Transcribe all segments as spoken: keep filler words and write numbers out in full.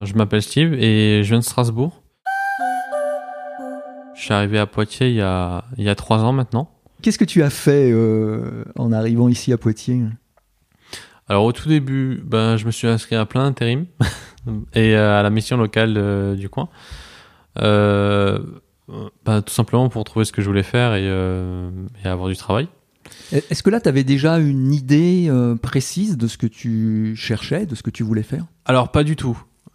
Je m'appelle Steve et je viens de Strasbourg. Je suis arrivé à Poitiers il y a, il y a trois ans maintenant. Qu'est-ce que tu as fait euh, en arrivant ici à Poitiers ? Alors au tout début, ben, je me suis inscrit à plein d'intérim et euh, à la mission locale euh, du coin. Euh, ben, tout simplement pour trouver ce que je voulais faire et, euh, et avoir du travail. Est-ce que là, tu avais déjà une idée euh, précise de ce que tu cherchais, de ce que tu voulais faire ? Alors pas du tout.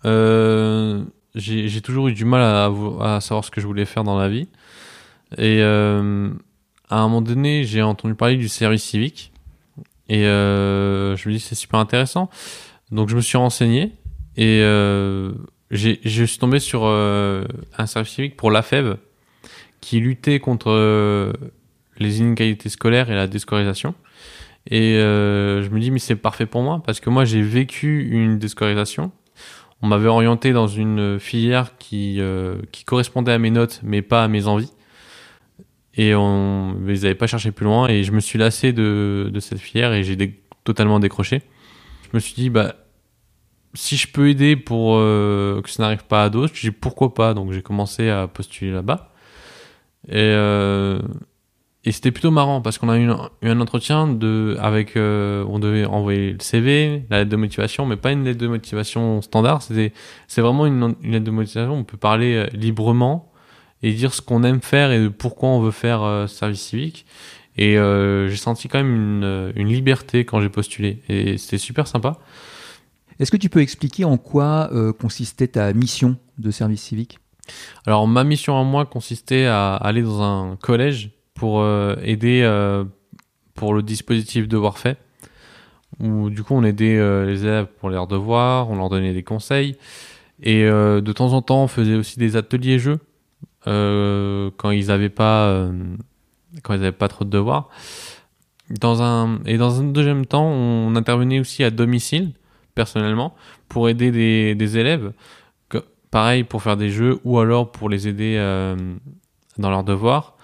Euh, j'ai, j'ai toujours eu du mal à, à savoir ce que je voulais faire dans la vie. Et euh, à un moment donné, j'ai entendu parler du service civique. Et euh, je me dis c'est super intéressant. Donc je me suis renseigné et euh, j'ai, je suis tombé sur euh, un service civique pour l'A F E B qui luttait contre euh, les inégalités scolaires et la déscolarisation. Et euh, je me dis mais c'est parfait pour moi parce que moi j'ai vécu une déscolarisation. On m'avait orienté dans une filière qui euh, qui correspondait à mes notes mais pas à mes envies. Et on ne les avait pas cherché plus loin et je me suis lassé de, de cette filière et j'ai dé- totalement décroché. Je me suis dit, bah, si je peux aider pour euh, que ça n'arrive pas à d'autres, je dis pourquoi pas. Donc j'ai commencé à postuler là-bas. Et, euh, et c'était plutôt marrant parce qu'on a eu un, eu un entretien de, avec, euh, on devait envoyer le C V, la lettre de motivation, mais pas une lettre de motivation standard. C'était, c'est vraiment une, une lettre de motivation. On peut parler librement et dire ce qu'on aime faire et pourquoi on veut faire euh, service civique. Et euh, j'ai senti quand même une, une liberté quand j'ai postulé. Et c'était super sympa. Est-ce que tu peux expliquer en quoi euh, consistait ta mission de service civique ? Alors, ma mission à moi consistait à aller dans un collège pour euh, aider euh, pour le dispositif Devoirs Faits, où du coup, on aidait euh, les élèves pour leurs devoirs, on leur donnait des conseils. Et euh, de temps en temps, on faisait aussi des ateliers jeux. Euh, quand ils avaient pas euh, quand ils avaient pas trop de devoirs. Dans un et dans un deuxième temps, on intervenait aussi à domicile personnellement pour aider des des élèves, que, pareil pour faire des jeux ou alors pour les aider euh, dans leurs devoirs.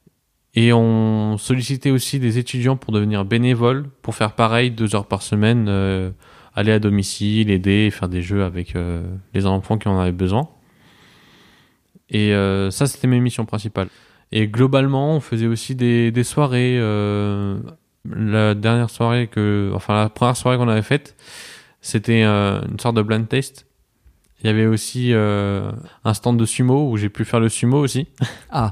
Et on sollicitait aussi des étudiants pour devenir bénévoles, pour faire pareil deux heures par semaine, euh, aller à domicile, aider et faire des jeux avec euh, les enfants qui en avaient besoin. Et euh, ça, c'était mes missions principales. Et globalement, on faisait aussi des, des soirées. Euh, la dernière soirée que, enfin la première soirée qu'on avait faite, c'était euh, une sorte de blind test. Il y avait aussi euh, un stand de sumo où j'ai pu faire le sumo aussi. Ah,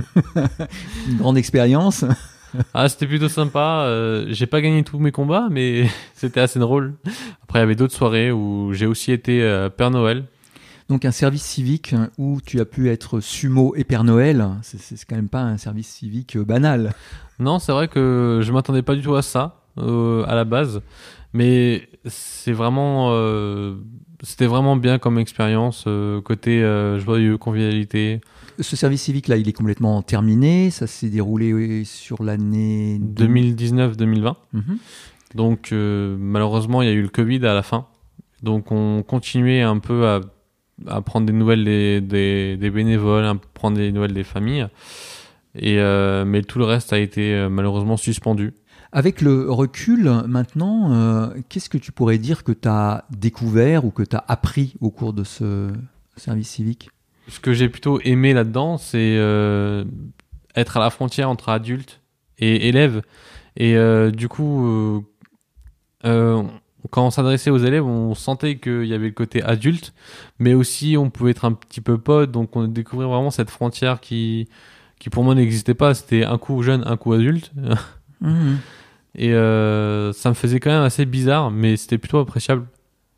une grande expérience. Ah, c'était plutôt sympa. Euh, j'ai pas gagné tous mes combats, mais c'était assez drôle. Après, il y avait d'autres soirées où j'ai aussi été euh, Père Noël. Donc un service civique où tu as pu être sumo et Père Noël, c'est, c'est quand même pas un service civique banal. Non, c'est vrai que je m'attendais pas du tout à ça euh, à la base, mais c'est vraiment, euh, c'était vraiment bien comme expérience euh, côté euh, joyeux, convivialité. Ce service civique là, il est complètement terminé. Ça s'est déroulé sur l'année deux mille dix-neuf deux mille vingt. Mm-hmm. Donc euh, malheureusement, il y a eu le Covid à la fin. Donc on continuait un peu à à prendre des nouvelles des, des, des bénévoles, à prendre des nouvelles des familles. Et euh, mais tout le reste a été euh, malheureusement suspendu. Avec le recul maintenant, euh, qu'est-ce que tu pourrais dire que tu as découvert ou que tu as appris au cours de ce service civique ? Ce que j'ai plutôt aimé là-dedans, c'est euh, être à la frontière entre adultes et élèves. Et euh, du coup, euh, euh, quand on s'adressait aux élèves, on sentait qu'il y avait le côté adulte, mais aussi on pouvait être un petit peu pote, donc on découvrait vraiment cette frontière qui, qui pour moi n'existait pas. C'était un coup jeune, un coup adulte. Mmh. Et euh, ça me faisait quand même assez bizarre, mais c'était plutôt appréciable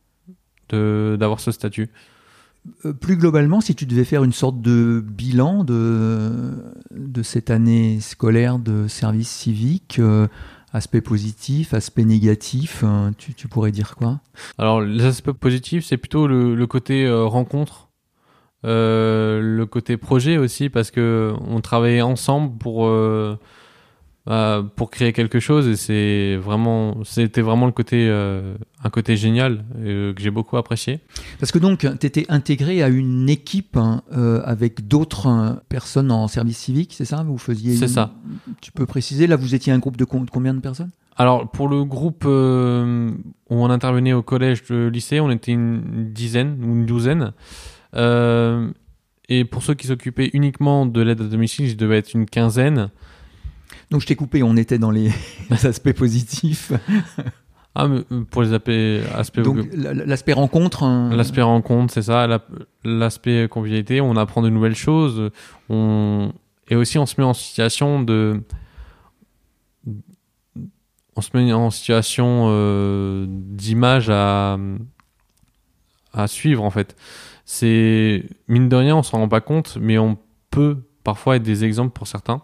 de, d'avoir ce statut. Euh, plus globalement, si tu devais faire une sorte de bilan de, de cette année scolaire de service civique, euh, aspect positif, aspect négatif, euh, tu, tu pourrais dire quoi ? Alors, les aspects positifs, c'est plutôt le, le côté euh, rencontre, euh, le côté projet aussi, parce que on travaillait ensemble pour euh, euh, pour créer quelque chose, et c'est vraiment, c'était vraiment le côté euh, un côté génial euh, que j'ai beaucoup apprécié. Parce que donc, tu étais intégré à une équipe hein, euh, avec d'autres hein, personnes en service civique, c'est ça ? Vous faisiez C'est une... ça. Tu peux préciser, là, vous étiez un groupe de com- combien de personnes ? Alors, pour le groupe euh, où on intervenait au collège, le lycée, on était une dizaine ou une douzaine. Euh, et pour ceux qui s'occupaient uniquement de l'aide à domicile, je devais être une quinzaine. Donc je t'ai coupé, on était dans les aspects positifs. Ah, mais pour les aspects... aspects Donc l'aspect rencontre... Hein... L'aspect rencontre, c'est ça. L'aspect convivialité, on apprend de nouvelles choses. On... Et aussi, on se met en situation de... On se met en situation euh, d'image à... à suivre, en fait. C'est... Mine de rien, on s'en rend pas compte, mais on peut parfois être des exemples pour certains.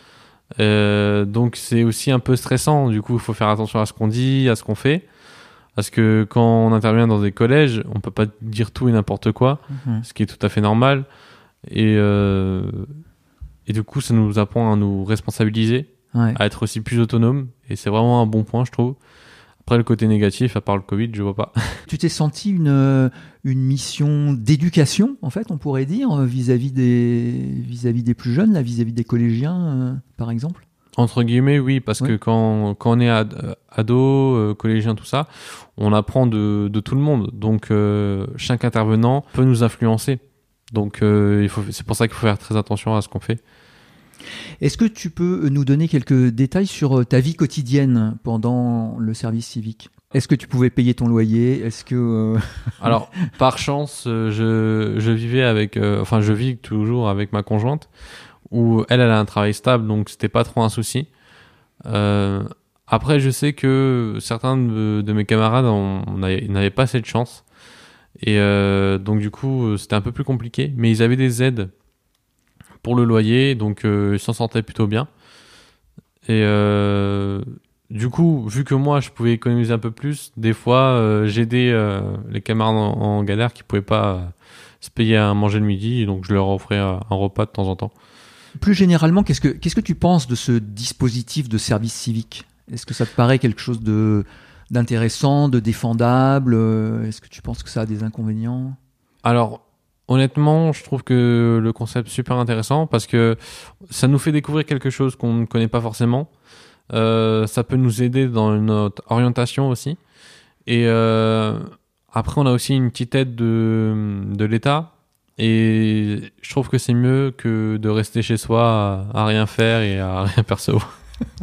Euh, donc c'est aussi un peu stressant, du coup il faut faire attention à ce qu'on dit, à ce qu'on fait, parce que quand on intervient dans des collèges, on peut pas dire tout et n'importe quoi, mmh. ce qui est tout à fait normal, et, euh, et du coup ça nous apprend à nous responsabiliser, ouais. à être aussi plus autonome, et c'est vraiment un bon point, je trouve. Après, le côté négatif, à part le Covid, je vois pas. Tu t'es senti une, une mission d'éducation, en fait, on pourrait dire, vis-à-vis des, vis-à-vis des plus jeunes, là, vis-à-vis des collégiens, euh, par exemple? Entre guillemets, oui, parce oui. que quand, quand on est ad, ado, euh, collégien, tout ça, on apprend de, de tout le monde. Donc, euh, chaque intervenant peut nous influencer. Donc, euh, il faut, c'est pour ça qu'il faut faire très attention à ce qu'on fait. Est-ce que tu peux nous donner quelques détails sur ta vie quotidienne pendant le service civique ? Est-ce que tu pouvais payer ton loyer ? Est-ce que euh... Alors, par chance, je, je vivais avec, euh, enfin, je vis toujours avec ma conjointe, où elle, elle a un travail stable, donc c'était pas trop un souci. Euh, après, je sais que certains de, de mes camarades on, on avait, n'avaient pas cette chance, et euh, donc du coup, c'était un peu plus compliqué. Mais ils avaient des aides pour le loyer, donc euh, ils s'en sortaient plutôt bien. Et euh, du coup, vu que moi, je pouvais économiser un peu plus, des fois, euh, j'aidais euh, les camarades en, en galère qui pouvaient pas euh, se payer à manger le midi, donc je leur offrais un repas de temps en temps. Plus généralement, qu'est-ce que, qu'est-ce que tu penses de ce dispositif de service civique ? Est-ce que ça te paraît quelque chose de, d'intéressant, de défendable ? Est-ce que tu penses que ça a des inconvénients ? Alors, honnêtement, je trouve que le concept est super intéressant parce que ça nous fait découvrir quelque chose qu'on ne connaît pas forcément. Euh, ça peut nous aider dans notre orientation aussi. Et euh, après, on a aussi une petite aide de, de l'État. Et je trouve que c'est mieux que de rester chez soi à, à rien faire et à rien percevoir.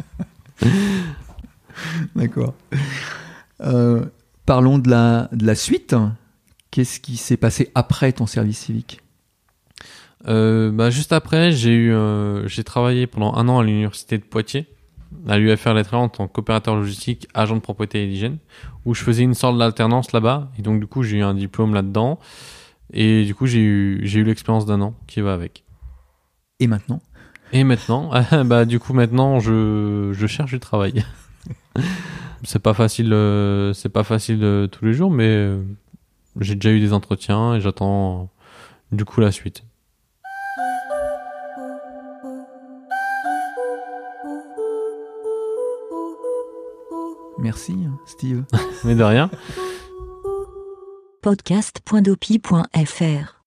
D'accord. Euh, parlons de la, de la suite. Qu'est-ce qui s'est passé après ton service civique ? euh, bah Juste après, j'ai, eu, euh, j'ai travaillé pendant un an à l'université de Poitiers, à l'U F R Lettré en tant qu'opérateur logistique, agent de propreté et d'hygiène, où je faisais une sorte d'alternance là-bas. Et donc, du coup, j'ai eu un diplôme là-dedans. Et du coup, j'ai eu, j'ai eu l'expérience d'un an qui va avec. Et maintenant ? Et maintenant, bah, du coup, maintenant, je, je cherche du travail. c'est pas facile, euh, c'est pas facile euh, tous les jours, mais euh, j'ai déjà eu des entretiens et j'attends euh, du coup la suite. Merci, Steve. Mais de rien. podcast point dopi point f r